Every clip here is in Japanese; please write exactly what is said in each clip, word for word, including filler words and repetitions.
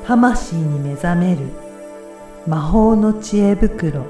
魂に目覚める魔法の知恵袋。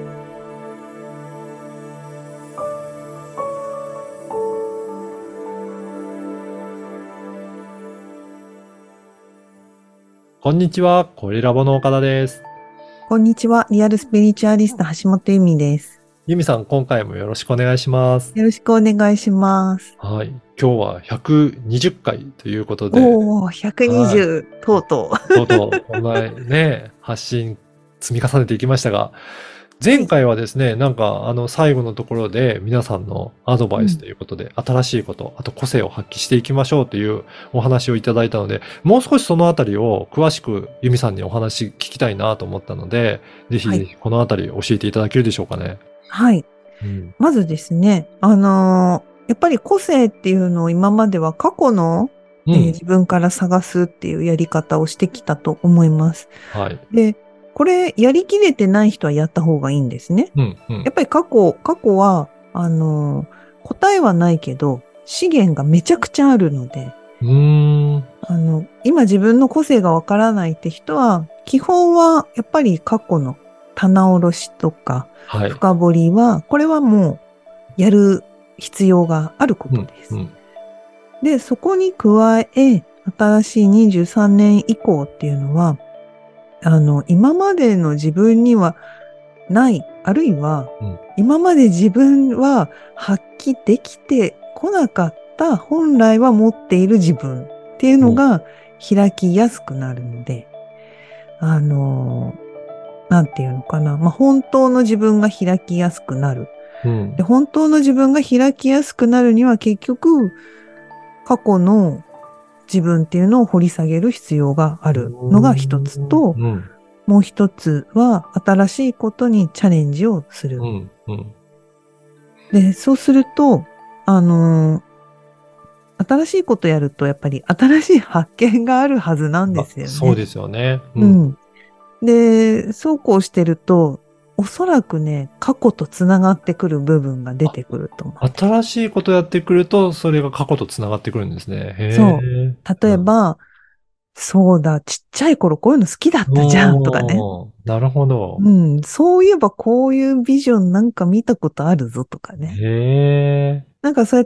こんにちは、コリラボの岡田です。 こんにちは、リアルスピリチュアリスト橋本由美です。 由美さん、今回もよろしくお願いします。 よろしくお願いします。 はい、今日はひゃくにじゅっかいということで。 おー、ひゃくにじゅう、はい、とうとう。 とうとう、こんなね、発信積み重ねていきましたが、前回はですね、はい、なんかあの最後のところで皆さんのアドバイスということで、うん、新しいこと、あと個性を発揮していきましょうというお話をいただいたので、もう少しそのあたりを詳しく由美さんにお話聞きたいなと思ったので、ぜひぜひこのあたり教えていただけるでしょうかね。 はい。うん、まずですね、あのー、やっぱり個性っていうのを今までは過去の、うん、えー、自分から探すっていうやり方をしてきたと思います。 はい。 で、これやりきれてない人はやった方がいいんですね。 うんうん、 やっぱり過去、過去は、あのー、答えはないけど、資源がめちゃくちゃあるので、 うーんあの、今自分の個性がわからないって人は、基本はやっぱり過去の棚卸しとか、はい、深掘りは、これはもうやる必要があることです。うんうん、で、そこに加え、新しいにじゅうさんねん以降っていうのは、あの、今までの自分にはない、あるいは、うん、今まで自分は発揮できてこなかった本来は持っている自分っていうのが開きやすくなるので、うん、あの、なんていうのかな、まあ、本当の自分が開きやすくなる、うん。で、本当の自分が開きやすくなるには結局、過去の自分っていうのを掘り下げる必要があるのが一つと、うん、もう一つは新しいことにチャレンジをする。うんうん、で、そうすると、あのー、新しいことやるとやっぱり新しい発見があるはずなんですよね。 そうですよね。 うん、うん。で、そうこうしてると、おそらくね、過去とつながってくる部分が出てくると思う。 新しいことやってくると、それが過去とつながってくるんですね。へそう。例えば、うん、そうだ、ちっちゃい頃こういうの好きだったじゃんとかね。 なるほど。 うん。そういえばこういうビジョンなんか見たことあるぞとかね。 へー。 なんかそうやって、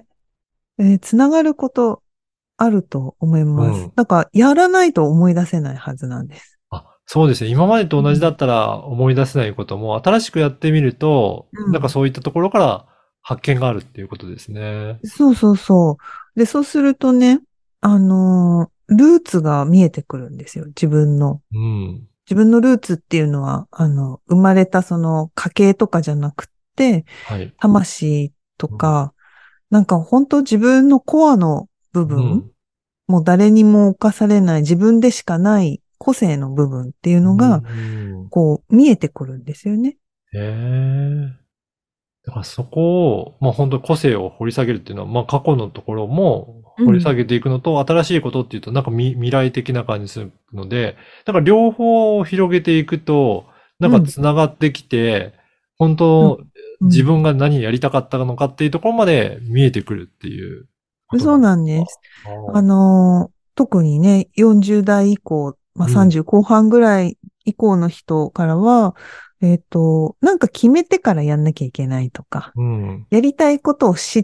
えー、つながることあると思います。うん、だからやらないと思い出せないはずなんです。 あ、そうですね。今までと同じだったら思い出せないことも、うん、新しくやってみると、うん、なんかそういったところから発見があるっていうことですね。 そうそうそう。で、そうするとね、あのー、ルーツが見えてくるんですよ。自分の。 うん、 自分のルーツっていうのは、あの、生まれたその家系とかじゃなくて、はい、魂とか、うん、なんか本当自分のコアの部分、うん、もう誰にも侵されない自分でしかない個性の部分っていうのが、こう見えてくるんですよね。 へー。だからそこを、まあ本当個性を掘り下げるっていうのは、まあ過去のところも掘り下げていくのと、うん、新しいことっていうとなんか未来的な感じするので、だから両方を広げていくと、なんか繋がってきて、うん、本当、うん、自分が何やりたかったのかっていうところまで見えてくるっていうことそうなんです。あの、特にね、よんじゅう代以降、まあ、さんじゅう後半ぐらい以降の人からは、うん、えっと、なんか決めてからやんなきゃいけないとか、うん、やりたいことを知って、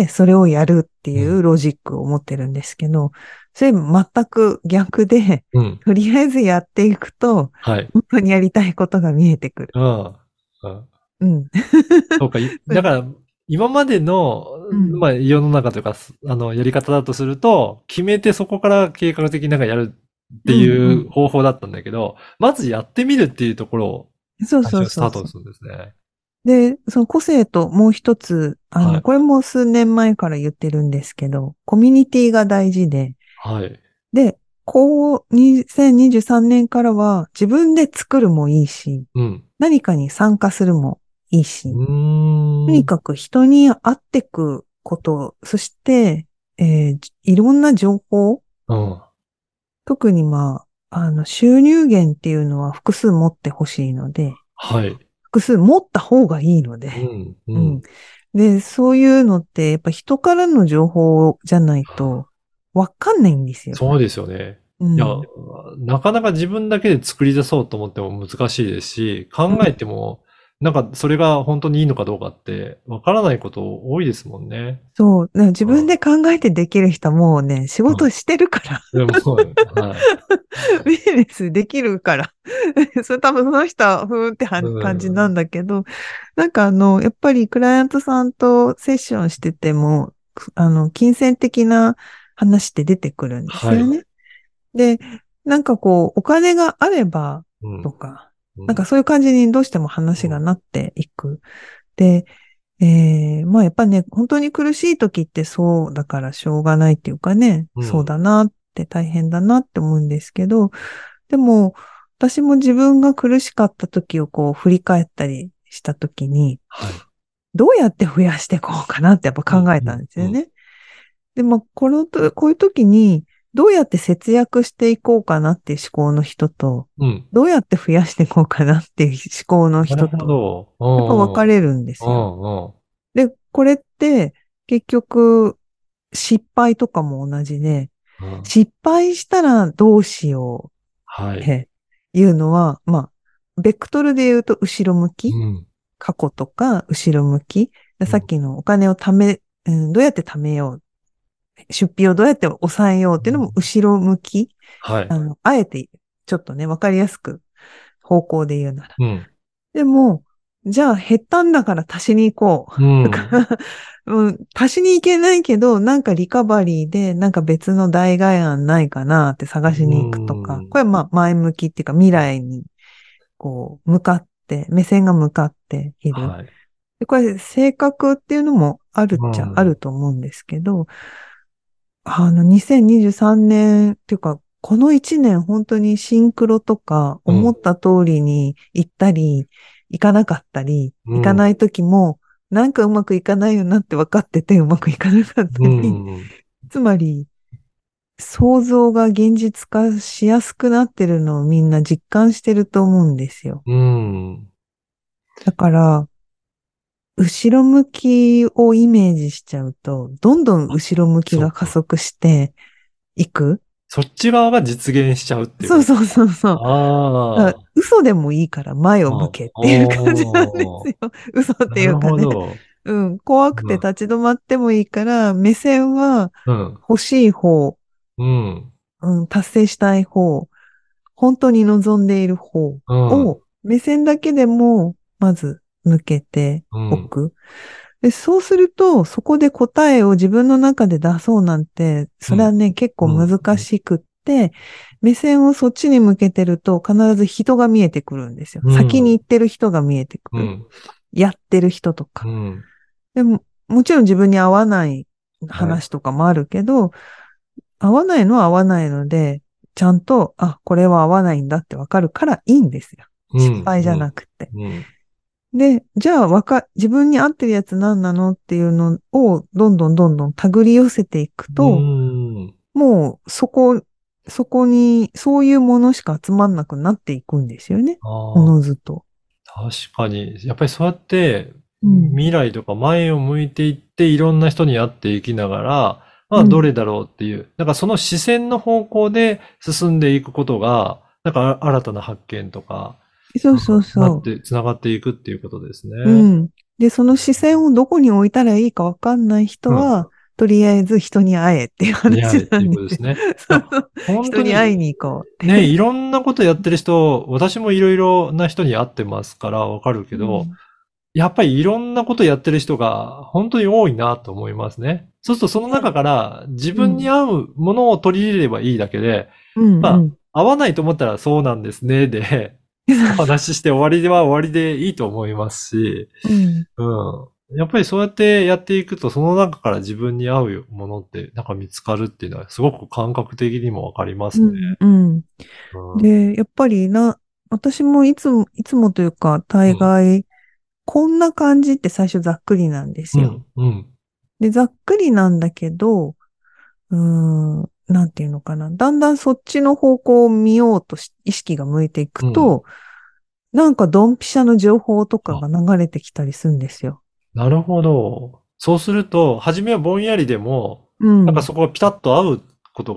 それをやるっていうロジックを持ってるんですけど、うん、それ全く逆で、うん、とりあえずやっていくと、はい、本当にやりたいことが見えてくる。 うんうん。そうか。だから、今までの、うん、まあ、世の中というか、あの、やり方だとすると、決めてそこから計画的になんかやるっていう方法だったんだけど、うんうん、まずやってみるっていうところを、最初スタートするんですね。そうそうそうそうで、その個性ともう一つ、あの、はい、これも数年前から言ってるんですけど、コミュニティが大事で、 はい。 で、こう、にせんにじゅうさんねんからは自分で作るもいいし、うん、何かに参加するもいいし、 うーんとにかく人に会ってくこと、そして、えー、いろんな情報、うん、特にまあ、あの、収入源っていうのは複数持ってほしいので、 はい。 複数持った方がいいので、 うんうんうん、で、そういうのって、やっぱ人からの情報じゃないと、わかんないんですよ。 そうですよね。 うん、 いや、なかなか自分だけで作り出そうと思っても難しいですし、考えても、なんかそれが本当にいいのかどうかってわからないこと多いですもんね。 そう。自分で考えてできる人はもうね、仕事してるから。 でも、はい。 ビジネスできるから。それ多分その人はふーんって感じなんだけど、なんかあの、やっぱりクライアントさんとセッションしてても、あの、金銭的な話って出てくるんですよね。はい、で、なんかこう、お金があればとか、うん、なんかそういう感じにどうしても話がなっていく。で、えー、まあやっぱね、本当に苦しい時ってそうだからしょうがないっていうかね、うん、そうだなって大変だなって思うんですけど、でも私も自分が苦しかった時をこう振り返ったりした時に、はい、どうやって増やしていこうかなってやっぱ考えたんですよね。うんうんうん、でもこのと、こういう時にどうやって節約していこうかなっていう思考の人と、うん、どうやって増やしていこうかなっていう思考の人と、やっぱ分かれるんですよ。で、これって結局失敗とかも同じで、うん、失敗したらどうしようっていうのは、はい、まあ、ベクトルで言うと後ろ向き、うん、過去とか後ろ向き、さっきのお金を貯め、うん、どうやって貯めよう、出費をどうやって抑えようっていうのも後ろ向き、うん、はい、あの、あえてちょっとね、わかりやすく方向で言うなら。うん、でも、じゃあ減ったんだから足しに行こう。うん、足しに行けないけど、なんかリカバリーで、なんか別の代替案ないかなって探しに行くとか、これはまあ前向きっていうか未来にこう向かって、目線が向かっている。はい、でこれ性格っていうのもあるっちゃあると思うんですけど、あのにせんにじゅうさんねんっていうか、このいちねん本当にシンクロとか思った通りに行ったり、行かなかったり、うん、行かない時も、なんかうまくいかないよなって分かっててうまくいかなかったり、うん、つまり、想像が現実化しやすくなってるのをみんな実感してると思うんですよ。うん、だから、後ろ向きをイメージしちゃうと、どんどん後ろ向きが加速していく。 そっち側が実現しちゃうっていう。 そうそうそうそう。ああ。嘘でもいいから前を向けっていう感じなんですよ。嘘っていうかね。うん。怖くて立ち止まってもいいから、うん、目線は欲しい方、うん、うん、達成したい方、本当に望んでいる方を、目線だけでもまず向けておく。うん、でそうすると、そこで答えを自分の中で出そうなんて、それはね、うん、結構難しくって、目線をそっちに向けてると、必ず人が見えてくるんですよ。うん、先に行ってる人が見えてくる。うん、やってる人とか。でも、もちろん自分に合わない話とかもあるけど、はい、合わないのは合わないので、ちゃんと、あ、これは合わないんだってわかるからいいんですよ。失敗じゃなくて。うんうんで、じゃあ、わか、自分に合ってるやつ何なのっていうのを、どんどんどんどん手繰り寄せていくと、うもう、そこ、そこに、そういうものしか集まんなくなっていくんですよね。おのずと。 確かに。やっぱりそうやって、うん、未来とか前を向いていって、いろんな人に会っていきながら、まあ、どれだろうっていう。うん、なんかその視線の方向で進んでいくことが、なんか新たな発見とか、 そうそうそう。 なって、繋がっていくっていうことですね。 うん。で、その視線をどこに置いたらいいかわかんない人は、うん、とりあえず人に会えっていう話なんです。っていうことですね。人に会いに行こうね、いろんなことやってる人、私もいろいろな人に会ってますからわかるけど、うん、やっぱりいろんなことやってる人が本当に多いなと思いますね。そうするとその中から自分に合うものを取り入れればいいだけで、うん、まあ、合わないと思ったらそうなんですね、で、お話しして終わりでは終わりでいいと思いますし、うん、うん。やっぱりそうやってやっていくと、その中から自分に合うものってなんか見つかるっていうのはすごく感覚的にもわかりますね。 うん、うん。で、やっぱりな、私もいつも、いつもというか、大概、うん、こんな感じって最初ざっくりなんですよ。うん、うん。で、ざっくりなんだけど、うーん、なんていうのかな。だんだんそっちの方向を見ようとし、意識が向いていくと、うん、なんかドンピシャの情報とかが流れてきたりするんですよ。 なるほど。そうすると、初めはぼんやりでも、うん、なんかそこがピタッと合うことが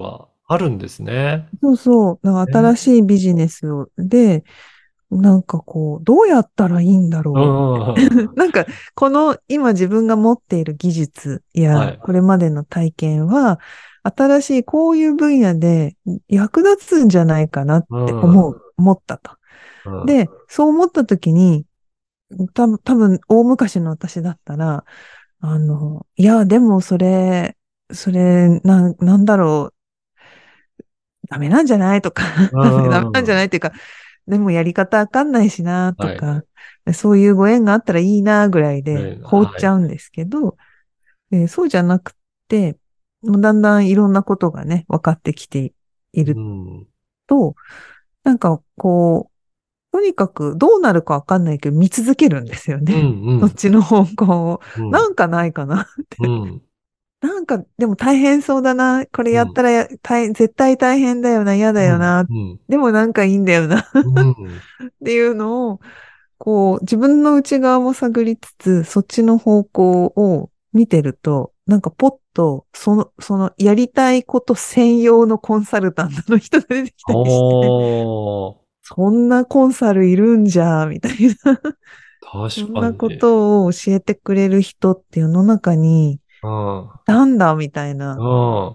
あるんですね。 そうそう。なんか新えしいビジネスをで、なんかこう、どうやったらいいんだうろん。 う。なんか、この今自分が持っている技術や、 はい。 これまでの体験は、新しいこういう分野で役立つんじゃないかなっうん。 て思う、思ったと。 うん。 で、そう思った時に、た多分大昔の私だったら、あの、いや、でもそれ、それ、なん、なんだろう、ダメなんじゃないとか、 うダメなんじゃん。 ないっていうか、でもやり方わかんないしなとはい。 か、そういうご縁があったらいいなぐらいでね放っはい。 ちゃうんですけど、えーそうじゃなくて、もうだんだんいろんなことがね、分かってきていうるん。 と、なんかこう、とにかくどうなるかわかんないけど見続けるんですようん。 ね。 うん。 そっちの方向を。 うん。 なんかないかな。 うん。 なんか、でも大変そうだな。これうん。 やったらや大絶対大変だよな。嫌だうん。 よな。 うん。 でもなんかいいんだよな。 うん。 っていうのを、こう、自分の内側も探りつつ、そっちの方向を見てると、なんかポッと、その、その、やりたいこと専用のコンサルタントの人が出てきたりして、 おー。 そんなコンサルいるんじゃ、みたいな。そ確んなこかに。 とを教えてくれる人って世の中に、 うん。 なんだ、みたいな。 うん。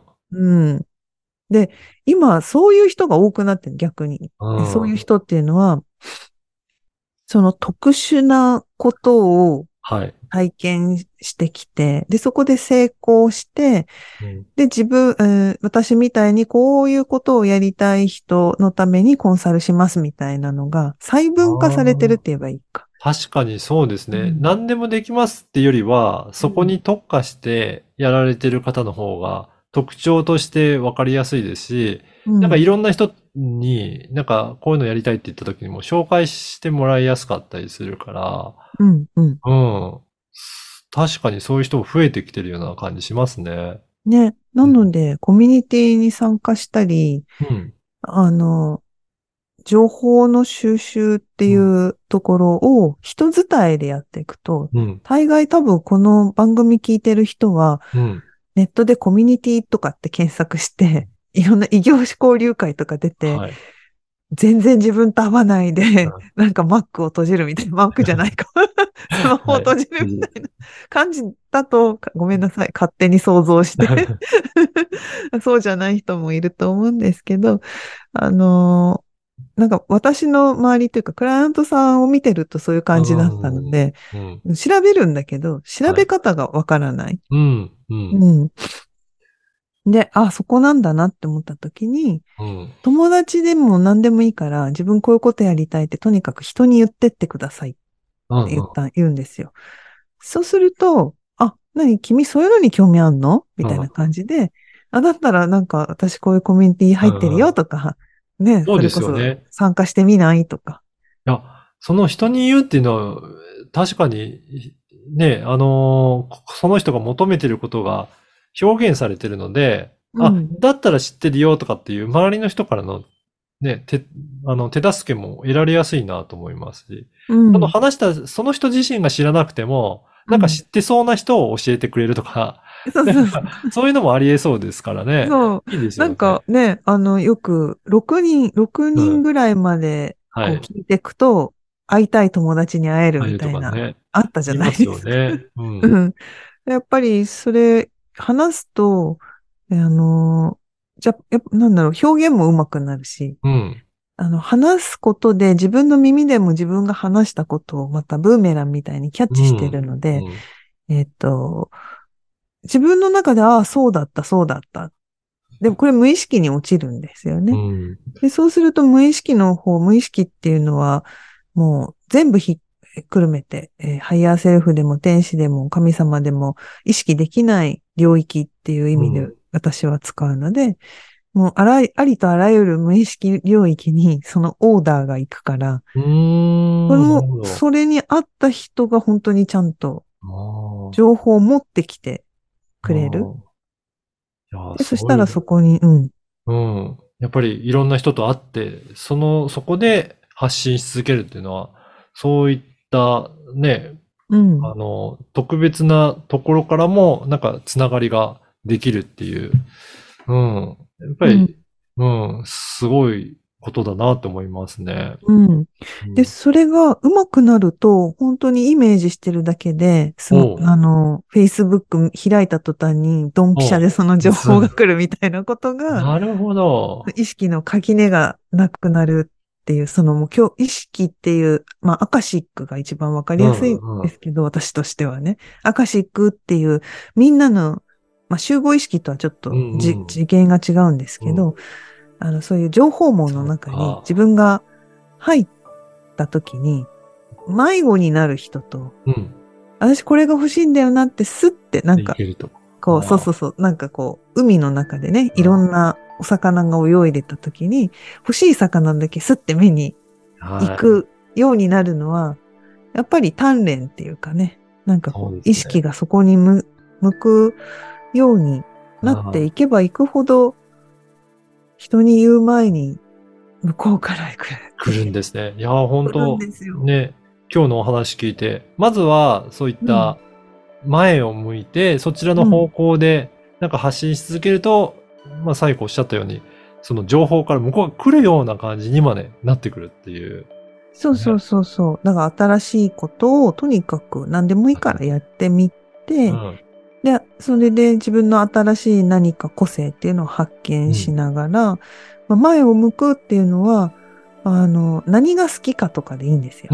うん。で、今、そういう人が多くなってる、逆に。 うでそういうん。 人っていうのは、その特殊なことをはい。 体験してきて、で、そこで成功して、 うん。 で、自分、えー私みたいにこういうことをやりたい人のためにコンサルしますみたいなのが細分化されてるっあて言えばいいか。 あ、確かにそうですね。 うん。 何でもできますっていうよりは、そこうん。 に特化してやられてる方の方が特徴として分かりやすいですし、なんかいうん。 ろんな人に、なんかこういうのやりたいって言った時にも紹介してもらいやすかったりするから、 うん。うん。 うん。確かにそういう人も増えてきてるような感じしますね。 ね。なうん。 ので、コミュニティに参加したり、 うん。 あの、情報の収集っていうん。 うところを人伝いでやっていくと、 うん。 大概多分この番組聞いてる人は、 うん。 ネットでコミュニティとかって検索して、いろんな異業種交流会とか出て、 はい。 全然自分と合わないで、 うん。 なんか Mac を閉じるみたいな、Mac じゃないか。スマホをはい。 閉じるみたいな感じだと、かごめんなさい。勝手に想像してそうじゃない人もいると思うんですけど、あのーなんか私の周りというか、クライアントさんを見てるとそういうう感じだったのん。 で、 うん。 調べるんだけど、調べはい。 方がわからない。 うん。うん。 うん。で、あ、そこなんだなって思った時に、 うん。 友達でも何でもいいから、自分こういうことやりたいって、とにかく人に言ってってくださいっうん。うん。 て言った、言うんですよ。そうすると、あ、何君そういうのに興味あんのみうん。 たいな感じで、あ、だったらなんか私こういうコミュニティ入ってるようん。 とか、ね、 そうでそれこそすよね。 参加してみないとか。 いや、その人に言うっていうのは、確かに、ね、あのーその人が求めてることが表現されてるので、あ、 うん、 だったら知ってるよとかっていう周りの人からのね、手、あの、手助けも得られやすいなと思いますし、そのうん、 話した、その人自身が知らなくても、なんかうん。 知ってそうな人を教えてくれるとか、 そうなんそうそう。 か、そういうのもあり得そうですからね。 そう。 いいですなんよね。 かね、あの、よく、ろくにん、6 うん。 人ぐらいまで、こうはい。 聞いていくと、会いたい友達に会えるああいうとみたいな、 かね。 あったじゃ言いますないですか。 よね。うん。 うん。やっぱり、それ、話すと、あの、じゃ、やっぱ、なんだろう、表現も上手くなるし、 うん。 あの、話すことで自分の耳でも自分が話したことをまたブーメランみたいにキャッチしてうん。 るので、 うん。 えっと、自分の中で、ああ、そうだった、そうだった。でもこれ無意識に落ちるんですよね。 うん。 で、そうすると無意識の方、無意識っていうのは、もう全部ひっくるめて、えーハイヤーセルフでも天使でも神様でも意識できない領域っていう意味でうん。 私は使うので、もうあらい、ありとあらゆる無意識領域にそのオーダーが行くから、 うーん。なるその、 ほど。 それに合った人が本当にちゃんとあ情報を持ってきてあ。 くれる。 ああ。いやー、 で、そしたらそういうの。 そこに、うん、 うん。やっぱりいろんな人と会って、その、そこで発信し続けるっていうのは、そういったね、 うん、 あの、特別なところからも、なんかつながりができるっていう。 うん。やっぱり、うん、うん、すごいことだなと思いますね。 うん。 うん、 で、それが上手くなると、本当にイメージしてるだけで、すも、あの、Facebook 開いた途端にドンピシャでその情報が来るみたいなことが、 なるほど。 意識の垣根がなくなるっていう、そのもう今日意識っていう、まあアカシックが一番わかりやすいんですけど、うんうん、私としてはね。アカシックっていうみんなの、まあ集合意識とはちょっとじ、うんうん、次元が違うんですけど、うん、あのそういう情報網の中に自分が入った時に迷子になる人と、うん、私これが欲しいんだよなってスッてなんか、こう、そうそうそう、なんかこう、海の中でね、いろんなお魚が泳いでた時に、欲しい魚だけスッて目に行くようになるのは、はい、やっぱり鍛錬っていうかね、なんかこう、うね、意識がそこに向くようになっていけばいくほど、人に言う前に向こうから来る。 来るんですね。いや、本当ね、今日のお話聞いて、まずはそういった前を向いて、うん、そちらの方向でなんか発信し続けると、うん、まあ最後おっしゃったように、その情報から向こうが来るような感じにまでなってくるっていう。 そうそうそうそう。だから新しいことをとにかく何でもいいからやってみて、うん、で、それで自分の新しい何か個性っていうのを発見しながら、うん、まあ、前を向くっていうのは、あの、何が好きかとかでいいんですよ。うん、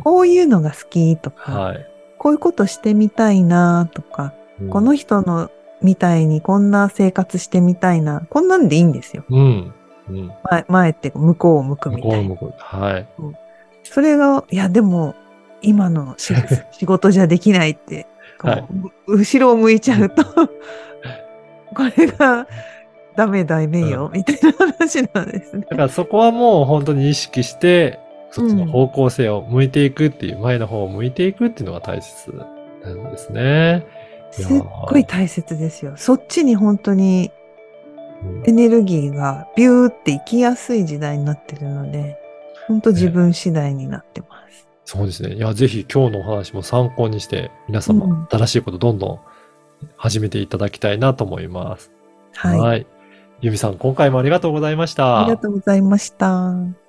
こういうのが好きとか、はい、こういうことしてみたいなとか、うん、この人のみたいにこんな生活してみたいな、こんなんでいいんですよ。うんうん、前, 前って向こうを向くみたいな。向こうを向く。はい。うん、それが、いや、でも、今の仕事じゃできないって、はい、後ろを向いちゃうと、これがダメだめよ、うん、みたいな話なんですね。 だからそこはもう本当に意識して、そっちの方向性を向いていくっていう、うん、前の方を向いていくっていうのが大切なんですね。 すっごい大切ですよ。そっちに本当にエネルギーがビューっていきやすい時代になってるので、本当自分次第になってます。 ね、そうですね。いや、ぜひ今日のお話も参考にして、皆様、うん、新しいことどんどん始めていただきたいなと思います。はい。はい。由美さん、今回もありがとうございました。 ありがとうございました。